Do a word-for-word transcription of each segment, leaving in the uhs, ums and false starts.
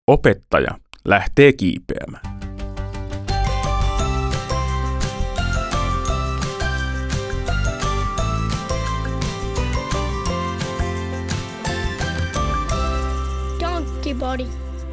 Opettaja lähtee kiipeämään. Donkey Body.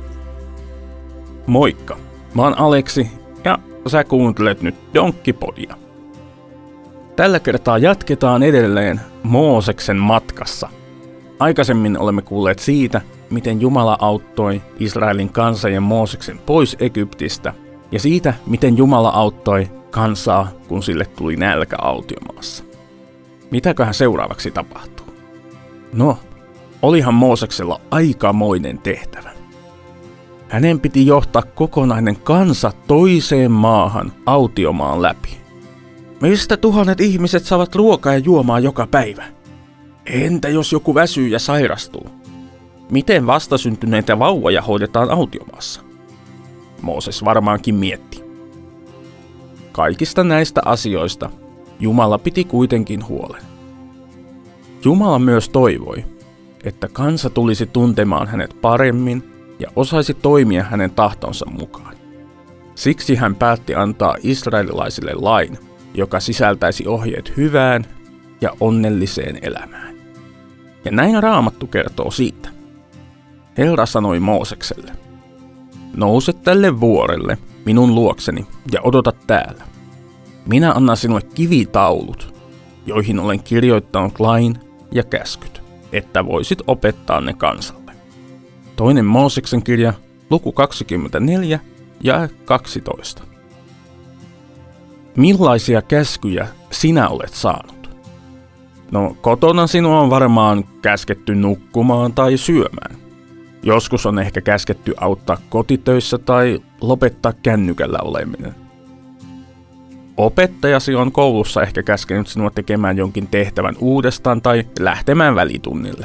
Moikka, mä oon Aleksi ja sä kuuntelet nyt Donkey Podia. Tällä kertaa jatketaan edelleen Mooseksen matkassa. Aikaisemmin olemme kuulleet siitä, miten Jumala auttoi Israelin kansan ja Mooseksen pois Egyptistä, ja siitä, miten Jumala auttoi kansaa, kun sille tuli nälkä autiomaassa. Mitäköhän seuraavaksi tapahtuu? No, olihan Mooseksella aikamoinen tehtävä. Hänen piti johtaa kokonainen kansa toiseen maahan autiomaan läpi. Mistä tuhannet ihmiset saavat ruokaa ja juomaa joka päivä? Entä jos joku väsyy ja sairastuu? Miten vastasyntyneitä vauvoja hoidetaan autiomaassa? Mooses varmaankin mietti. Kaikista näistä asioista Jumala piti kuitenkin huolen. Jumala myös toivoi, että kansa tulisi tuntemaan hänet paremmin ja osaisi toimia hänen tahtonsa mukaan. Siksi hän päätti antaa israelilaisille lain, joka sisältäisi ohjeet hyvään ja onnelliseen elämään. Ja näin Raamattu kertoo siitä. Herra sanoi Moosekselle, nouse tälle vuorelle minun luokseni ja odota täällä. Minä annan sinulle kivitaulut, joihin olen kirjoittanut lain ja käskyt, että voisit opettaa ne kansalle. Toinen Mooseksen kirja, luku kaksikymmentäneljä ja kaksitoista. Millaisia käskyjä sinä olet saanut? No, kotona sinua on varmaan käsketty nukkumaan tai syömään. Joskus on ehkä käsketty auttaa kotitöissä tai lopettaa kännykällä oleminen. Opettajasi on koulussa ehkä käskenyt sinua tekemään jonkin tehtävän uudestaan tai lähtemään välitunnille.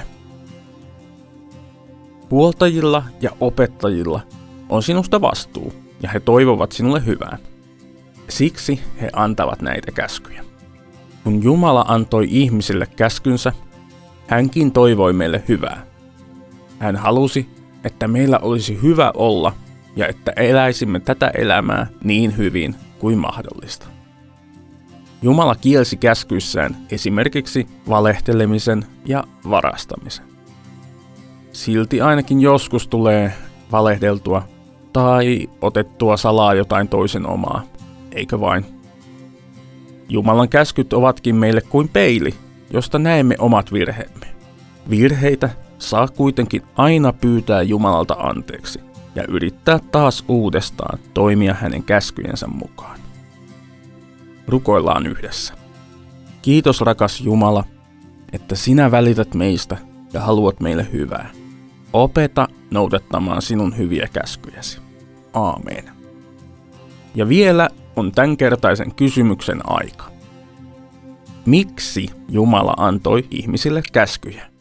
Huoltajilla ja opettajilla on sinusta vastuu ja he toivovat sinulle hyvää. Siksi he antavat näitä käskyjä. Kun Jumala antoi ihmisille käskynsä, hänkin toivoi meille hyvää. Hän halusi, että meillä olisi hyvä olla ja että eläisimme tätä elämää niin hyvin kuin mahdollista. Jumala kielsi käskyissään esimerkiksi valehtelemisen ja varastamisen. Silti ainakin joskus tulee valehdeltua tai otettua salaa jotain toisen omaa, eikö vain? Jumalan käskyt ovatkin meille kuin peili, josta näemme omat virheemme. Virheitä saa kuitenkin aina pyytää Jumalalta anteeksi ja yrittää taas uudestaan toimia hänen käskyjensä mukaan. Rukoillaan yhdessä. Kiitos rakas Jumala, että sinä välität meistä ja haluat meille hyvää. Opeta noudattamaan sinun hyviä käskyjäsi. Aamen. Ja vielä on tämänkertaisen kysymyksen aika. Miksi Jumala antoi ihmisille käskyjä?